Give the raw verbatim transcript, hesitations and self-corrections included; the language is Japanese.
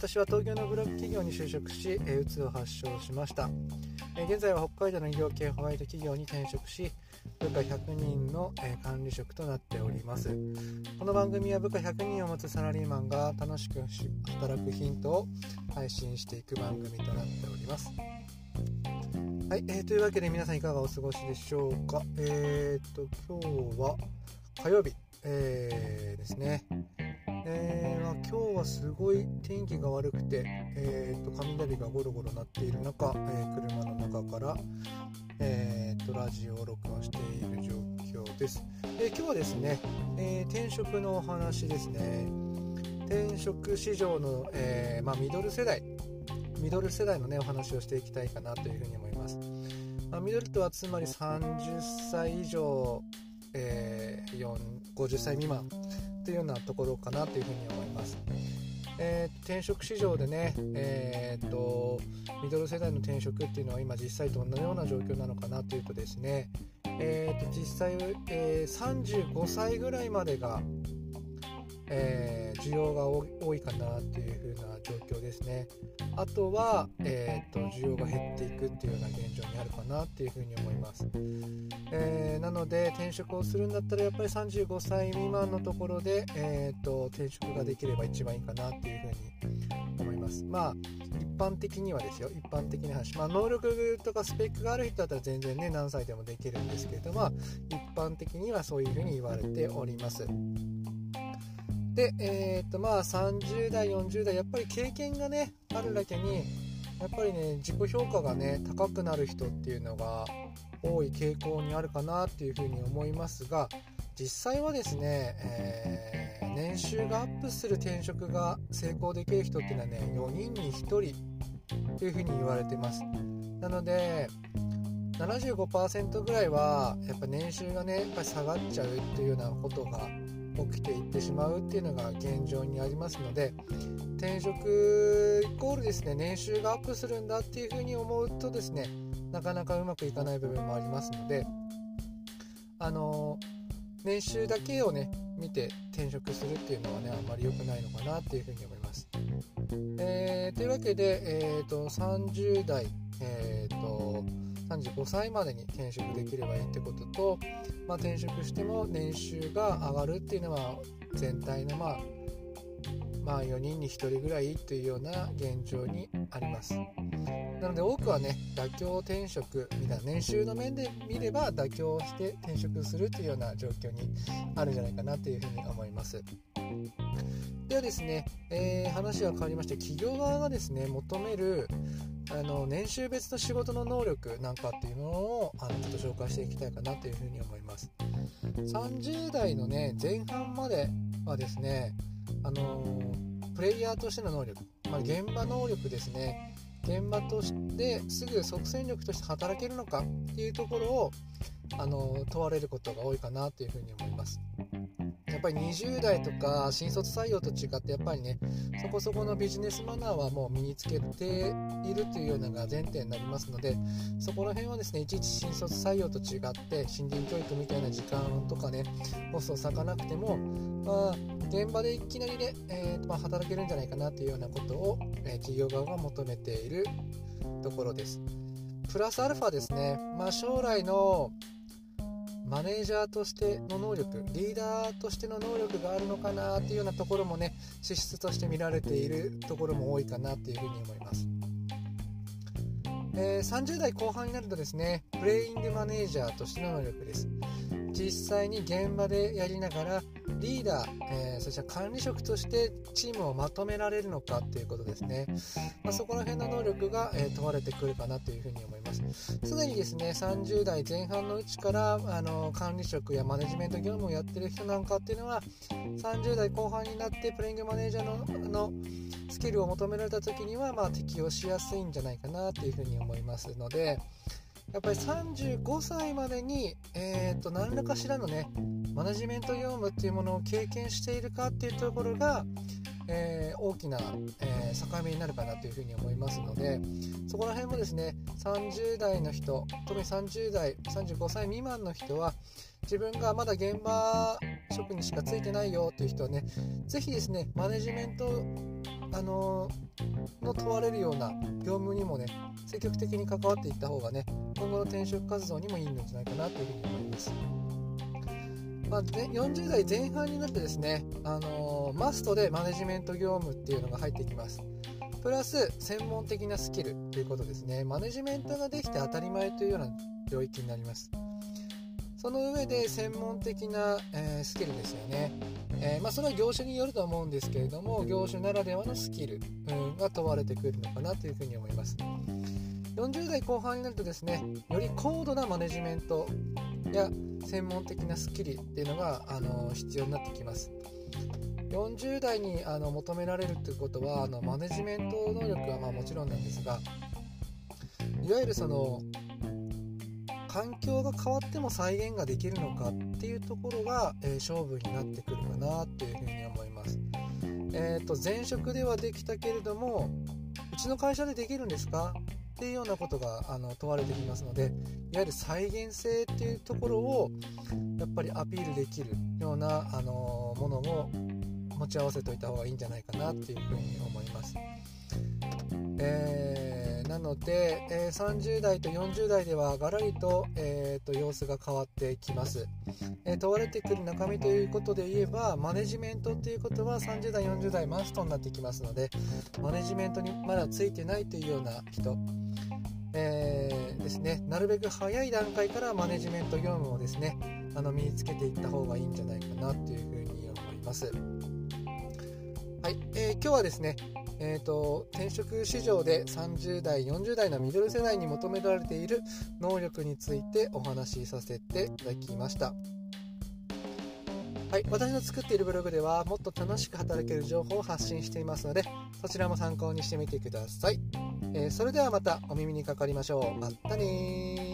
私は東京のブロック企業に就職し、うつを発症しました。現在は北海道の医療系ホワイト企業に転職し、部下ひゃくにんの管理職となっております。この番組は部下ひゃくにんを持つサラリーマンが楽しく働くヒントを配信していく番組となっております。はい、えー、というわけで皆さんいかがお過ごしでしょうか。えーと今日は火曜日、えー、ですね。えーまあ、今日はすごい天気が悪くて、えー、と雷がゴロゴロ鳴っている中、えー、車の中から、えー、とラジオを録音している状況です。えー、今日はですね、えー、転職のお話ですね。転職市場の、えーまあ、ミドル世代ミドル世代の、ね、お話をしていきたいかなというふうに思います。まあ、ミドルとはつまりさんじゅっさい以上、えー、ごじゅっさい未満というようなところかなというふうに思います。えー、転職市場でね、えー、とミドル世代の転職っていうのは今実際どんなような状況なのかなというとですね、えー、と実際、えー、さんじゅうごさいぐらいまでが、えー、需要が多いかなというふうな状況ですね。あとは、えー、と需要が減っていくっていうような現状にあるかなっていうふうに思います。えー、なので転職をするんだったらやっぱりさんじゅうごさい未満のところで、えー、と転職ができれば一番いいかなっていうふうに思います。まあ一般的にはですよ一般的な話、まあ、能力とかスペックがある人だったら全然ね何歳でもできるんですけれども、一般的にはそういうふうに言われております。で、えーとまあ、さんじゅうだいよんじゅうだいやっぱり経験がねあるだけにやっぱりね自己評価がね高くなる人っていうのが多い傾向にあるかなっていうふうに思いますが、実際はですね、えー、年収がアップする転職が成功できる人っていうのはねよにんにひとりというふうに言われてます。なので ななじゅうごパーセント ぐらいはやっぱ年収がねやっぱり下がっちゃうっていうようなことが起きていってしまうっていうのが現状にありますので、転職イコールですね年収がアップするんだっていうふうに思うとですねなかなかうまくいかない部分もありますので、あの年収だけをね見て転職するっていうのはねあんまり良くないのかなっていうふうに思います。えー、というわけで、えー、とさんじゅうだい、えー、とさんじゅうごさいまでに転職できればいいってことと、まあ、転職しても年収が上がるっていうのは全体のまあまあよにんにひとりぐらいというような現状にあります。なので多くはね妥協転職みたいな年収の面で見れば妥協して転職するというような状況にあるんじゃないかなというふうに思います。ではですね、えー、話は変わりまして企業側がですね求めるあの年収別の仕事の能力なんかっていうのをあのちょっと紹介していきたいかなというふうに思います。さんじゅうだいのね前半まではですねあのー、プレイヤーとしての能力、まあ、現場能力ですね。現場としてすぐ即戦力として働けるのかっていうところをあのー、問われることが多いかなというふうに思います。やっぱりにじゅうだいとか新卒採用と違ってやっぱりねそこそこのビジネスマナーはもう身につけているというようなのが前提になりますので、そこら辺はですねいちいち新卒採用と違って森林教育みたいな時間とかねコストを割かなくても、まあ、現場でいきなりね、えーまあ、働けるんじゃないかなというようなことを、えー、企業側が求めているところです。プラスアルファですね、まあ、将来のマネージャーとしての能力、リーダーとしての能力があるのかなというようなところもね資質として見られているところも多いかなというふうに思います。えー、さんじゅうだいこう半になるとですねプレイングマネージャーとしての能力です。実際に現場でやりながらリーダー、えー、そして管理職としてチームをまとめられるのかということですね。まあ、そこら辺の能力が、えー、問われてくるかなというふうに思います。すでにですねさんじゅうだいぜん半のうちからあの管理職やマネジメント業務をやってる人なんかっていうのはさんじゅうだいこう半になってプレイングマネージャー の, のスキルを求められた時には、まあ、適用しやすいんじゃないかなというふうに思いますので、やっぱりさんじゅうごさいまでに、えー、と何らかしらのねマネジメント業務っていうものを経験しているかっていうところが、えー、大きな、えー、境目になるかなというふうに思いますので、そこら辺もですねさんじゅうだいの人、特にさんじゅうだいさんじゅうごさい未満の人は自分がまだ現場職にしかついてないよという人はねぜひですねマネジメントあのー、の問われるような業務にもね積極的に関わっていった方がね今後の転職活動にもいいんじゃないかなというふうに思います。まあ、でよんじゅう代前半になってですね、あのー、マストでマネジメント業務っていうのが入ってきます。プラス専門的なスキルということですね。マネジメントができて当たり前というような領域になります。その上で専門的な、えー、スキルですよね。えーまあ、それは業種によると思うんですけれども、業種ならではのスキル、うん、が問われてくるのかなというふうに思います。よんじゅう代後半になるとですね、より高度なマネジメントや専門的なスキルっていうのが、あの必要になってきます。よんじゅう代にあの求められるということは、あのマネジメント能力はまあもちろんなんですが、いわゆるその環境が変わっても再現ができるのかっていうところが、えー、勝負になってくるかなというふうに思います。えーと、前職ではできたけれども、うちの会社でできるんですかっていうようなことがあの問われてきますので、いわゆる再現性っていうところをやっぱりアピールできるような、あのー、ものを持ち合わせておいた方がいいんじゃないかなっていうふうに思います。えー、なので、えー、さんじゅう代とよんじゅう代ではガラリと、えー、と様子が変わってきます。えー、問われてくる中身ということで言えば、マネジメントっていうことはさんじゅう代よんじゅう代マストになってきますので、マネジメントにまだついてないというような人、えー、ですね、なるべく早い段階からマネジメント業務をですね、あの身につけていった方がいいんじゃないかなというふうに思います。はい、えー、今日はですね、えーと、転職市場でさんじゅう代よんじゅう代のミドル世代に求められている能力についてお話しさせていただきました。はい、私の作っているブログではもっと楽しく働ける情報を発信していますので、そちらも参考にしてみてください。えー、それではまたお耳にかかりましょう。またねー。